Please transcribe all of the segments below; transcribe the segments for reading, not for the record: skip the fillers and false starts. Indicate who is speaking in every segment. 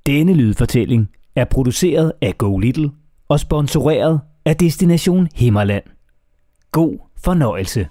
Speaker 1: Denne lydfortælling er produceret af Go Little og sponsoreret af Destination Himmerland. God fornøjelse.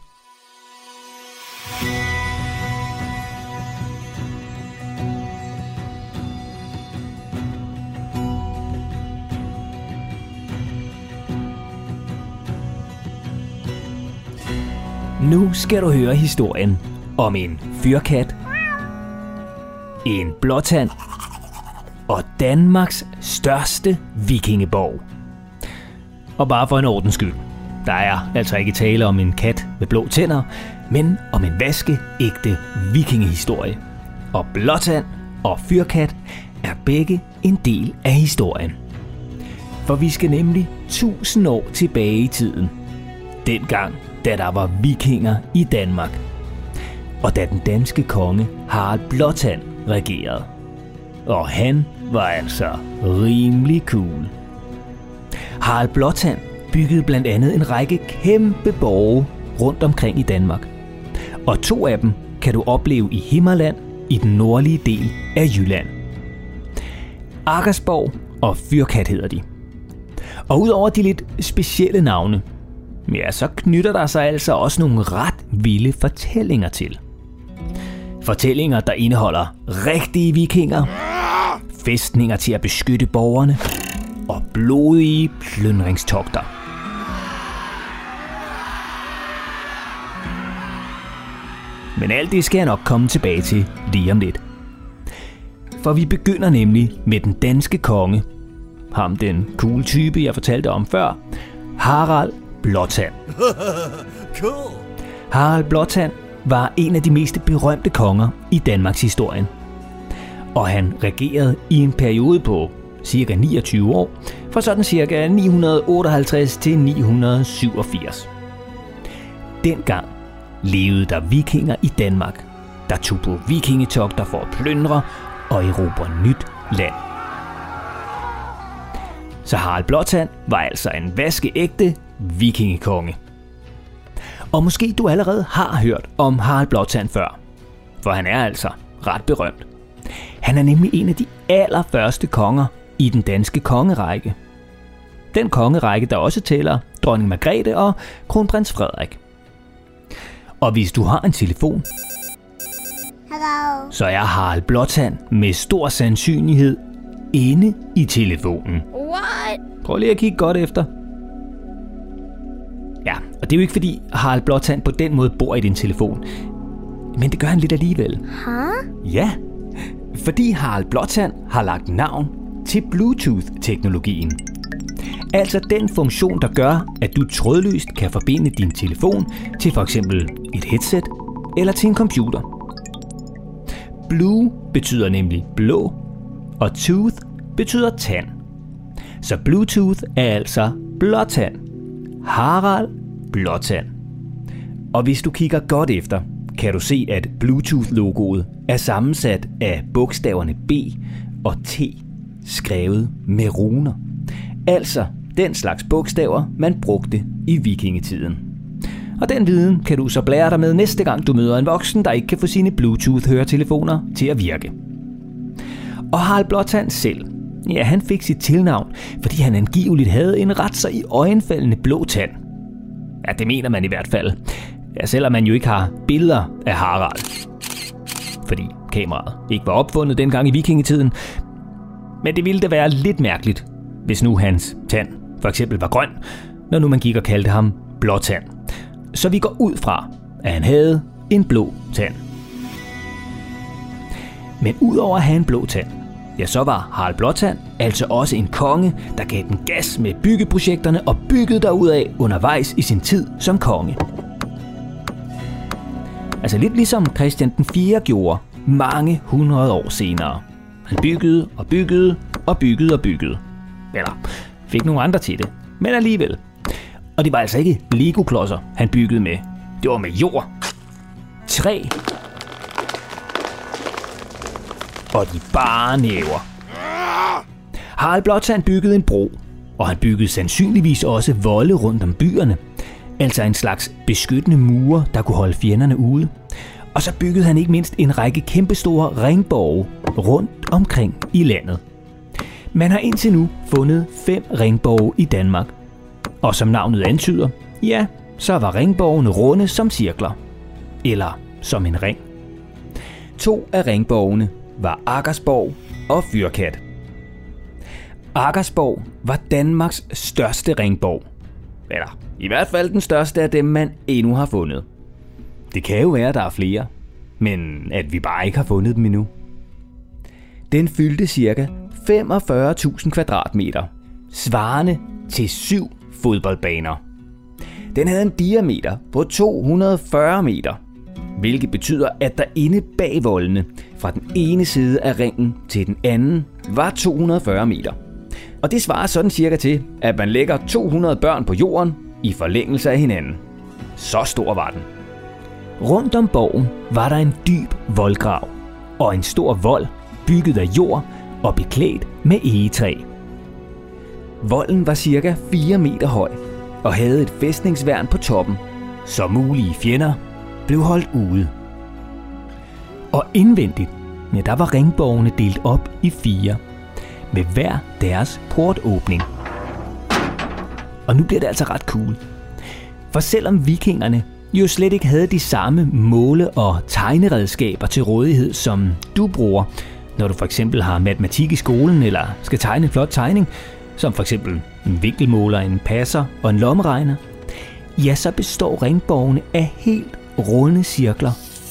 Speaker 1: Nu skal du høre historien om en fyrkat, en blåtand og Danmarks største vikingeborg. Og bare for en ordens skyld, der er altså ikke tale om en kat med blå tænder, men om en vaskeægte vikingehistorie. Og blåtand og fyrkat er begge en del af historien. For vi skal nemlig 1000 år tilbage i tiden. Dengang, da der var vikinger i Danmark. Og da den danske konge Harald Blåtand regerede. Og han var altså rimelig cool. Harald Blåtand byggede blandt andet en række kæmpe borge rundt omkring i Danmark. Og 2 af dem kan du opleve i Himmerland i den nordlige del af Jylland. Aggersborg og Fyrkat hedder de. Og udover de lidt specielle navne, ja, så knytter der sig altså også nogle ret vilde fortællinger til. Fortællinger, der indeholder rigtige vikinger, fæstninger til at beskytte borgerne og blodige plyndringstogter. Men alt det skal jeg nok komme tilbage til lige om lidt. For vi begynder nemlig med den danske konge, ham den cool type, jeg fortalte om før, Harald Blåtand.
Speaker 2: Cool.
Speaker 1: Harald Blåtand var en af de mest berømte konger i Danmarks historie. Og han regerede i en periode på cirka 29 år, fra sådan cirka 958 til 987. Dengang levede der vikinger i Danmark, der tog på vikingetogter for at plyndre og erobre nyt land. Så Harald Blåtand var altså en vaskeægte vikingekonge. Og måske du allerede har hørt om Harald Blåtand før, for han er altså ret berømt. Han er nemlig en af de allerførste konger i den danske kongerække. Den kongerække, der også tæller dronning Margrethe og kronprins Frederik. Og hvis du har en telefon,
Speaker 2: Hello.
Speaker 1: så er Harald Blåtand med stor sandsynlighed inde i telefonen.
Speaker 2: What?
Speaker 1: Prøv lige at kigge godt efter. Ja, og det er jo ikke fordi Harald Blåtand på den måde bor i din telefon. Men det gør han lidt alligevel.
Speaker 2: Huh?
Speaker 1: Ja, fordi Harald Blåtand har lagt navn til Bluetooth-teknologien. Altså den funktion, der gør, at du trådløst kan forbinde din telefon til for eksempel et headset eller til en computer. Blue betyder nemlig blå, og tooth betyder tand. Så Bluetooth er altså blåtand. Harald Blåtand. Og hvis du kigger godt efter, kan du se, at Bluetooth-logoet er sammensat af bogstaverne B og T, skrevet med runer. Altså den slags bogstaver, man brugte i vikingetiden. Og den viden kan du så blære dig med næste gang, du møder en voksen, der ikke kan få sine Bluetooth-høretelefoner til at virke. Og Harald Blåtand selv, ja, han fik sit tilnavn, fordi han angiveligt havde en ret så iøjnefaldende blå tand. Ja, det mener man i hvert fald. Ja, selvom man jo ikke har billeder af Harald. Fordi kameraet ikke var opfundet dengang i vikingetiden. Men det ville da være lidt mærkeligt, hvis nu hans tand for eksempel var grøn, når nu man gik og kaldte ham Blåtand. Så vi går ud fra, at han havde en blå tand. Men udover at have en blå tand, ja, så var Harald Blåtand altså også en konge, der gav den gas med byggeprojekterne og byggede derudad undervejs i sin tid som konge. Altså lidt ligesom Christian den 4. gjorde mange 100 år senere. Han byggede og byggede og byggede og byggede. Eller fik nogle andre til det, men alligevel. Og det var altså ikke Lego-klodser, han byggede med. Det var med jord, træ og de bare næver. Harald Blåtand byggede en bro, og han byggede sandsynligvis også volde rundt om byerne. Altså en slags beskyttende mure, der kunne holde fjenderne ude. Og så byggede han ikke mindst en række kæmpestore ringborge rundt omkring i landet. Man har indtil nu fundet 5 ringborge i Danmark. Og som navnet antyder, ja, så var ringborgene runde som cirkler. Eller som en ring. 2 af ringborgene var Aggersborg og Fyrkat. Aggersborg var Danmarks største ringborg. Eller i hvert fald den største af dem, man endnu har fundet. Det kan jo være, at der er flere, men at vi bare ikke har fundet dem endnu. Den fyldte ca. 45.000 kvadratmeter, svarende til 7 fodboldbaner. Den havde en diameter på 240 meter, hvilket betyder, at der inde bag voldene, fra den ene side af ringen til den anden, var 240 meter. Og det svarer sådan cirka til, at man lægger 200 børn på jorden i forlængelse af hinanden. Så stor var den. Rundt om borgen var der en dyb voldgrav og en stor vold bygget af jord og beklædt med egetræ. Volden var cirka 4 meter høj og havde et fæstningsværn på toppen, så mulige fjender blev holdt ude. Og indvendigt, ja, der var ringborgene delt op i 4, med hver deres portåbning. Og nu bliver det altså ret cool. For selvom vikingerne jo slet ikke havde de samme måle- og tegneredskaber til rådighed, som du bruger, når du for eksempel har matematik i skolen eller skal tegne en flot tegning, som for eksempel en vinkelmåler, en passer og en lommeregner, ja, så består ringborgene af helt runde cirkler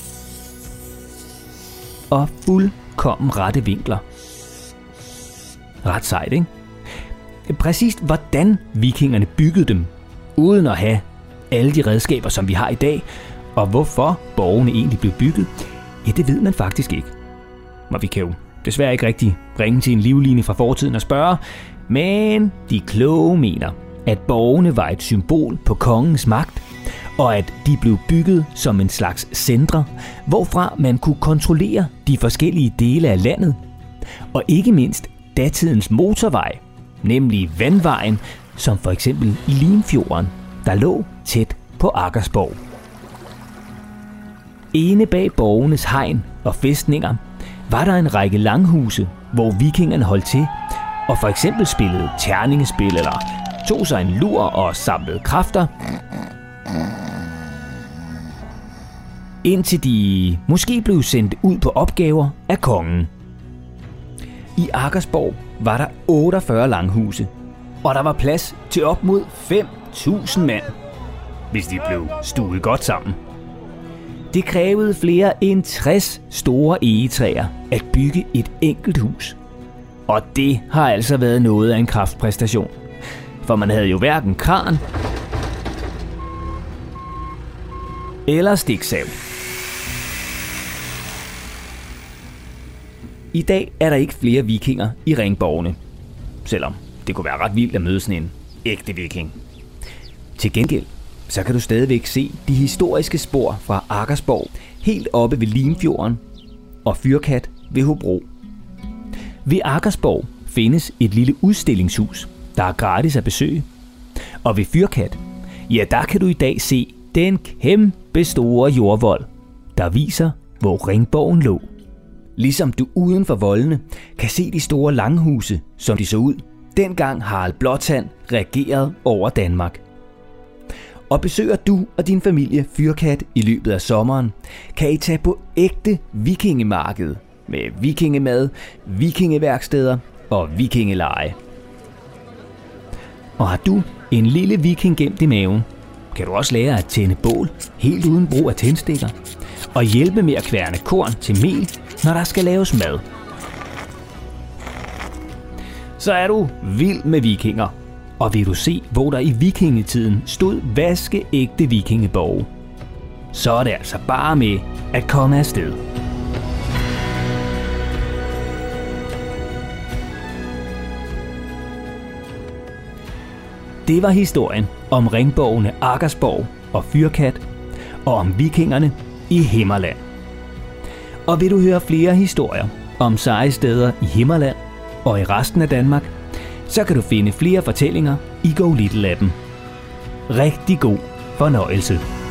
Speaker 1: og fuldkommen rette vinkler. Ret sejt, ikke? Præcist hvordan vikingerne byggede dem, uden at have alle de redskaber, som vi har i dag, og hvorfor borgene egentlig blev bygget, ja, det ved man faktisk ikke. Og vi kan jo desværre ikke rigtig ringe til en livline fra fortiden og spørge, men de kloge mener, at borgene var et symbol på kongens magt, og at de blev bygget som en slags centre, hvorfra man kunne kontrollere de forskellige dele af landet, og ikke mindst datidens motorvej, nemlig Vandvejen, som for eksempel Limfjorden, der lå tæt på Aggersborg. Ene bag borgenes hegn og fæstninger var der en række langhuse, hvor vikingerne holdt til og for eksempel spillede terningespil eller tog sig en lur og samlede kræfter, indtil de måske blev sendt ud på opgaver af kongen. I Aggersborg var der 48 langhuse, og der var plads til op mod 5.000 mand, hvis de blev stuet godt sammen. Det krævede flere end 60 store egetræer at bygge et enkelt hus. Og det har altså været noget af en kraftpræstation, for man havde jo hverken kran eller stiksav. I dag er der ikke flere vikinger i ringborgene, selvom det kunne være ret vildt at møde sådan en ægte viking. Til gengæld så kan du stadigvæk se de historiske spor fra Aggersborg helt oppe ved Limfjorden og Fyrkat ved Hobro. Ved Aggersborg findes et lille udstillingshus, der er gratis at besøge. Og ved Fyrkat, ja, der kan du i dag se den kæmpe store jordvold, der viser, hvor ringborgen lå. Ligesom du uden for voldene kan se de store langhuse, som de så ud, dengang Harald Blåtand regerede over Danmark. Og besøger du og din familie Fyrkat i løbet af sommeren, kan I tage på ægte vikingemarked med vikingemad, vikingeværksteder og vikingeleje. Og har du en lille viking gemt i maven, kan du også lære at tænde bål helt uden brug af tændstikker og hjælpe med at kværne korn til mel, når der skal laves mad. Så er du vild med vikinger, og vil du se, hvor der i vikingetiden stod vaskeægte vikingeborge, så er det altså bare med at komme afsted. Det var historien om ringborgene Aggersborg og Fyrkat, og om vikingerne i Himmerland. Og vil du høre flere historier om seje steder i Himmerland og i resten af Danmark, så kan du finde flere fortællinger i Go Little appen. Rigtig god fornøjelse.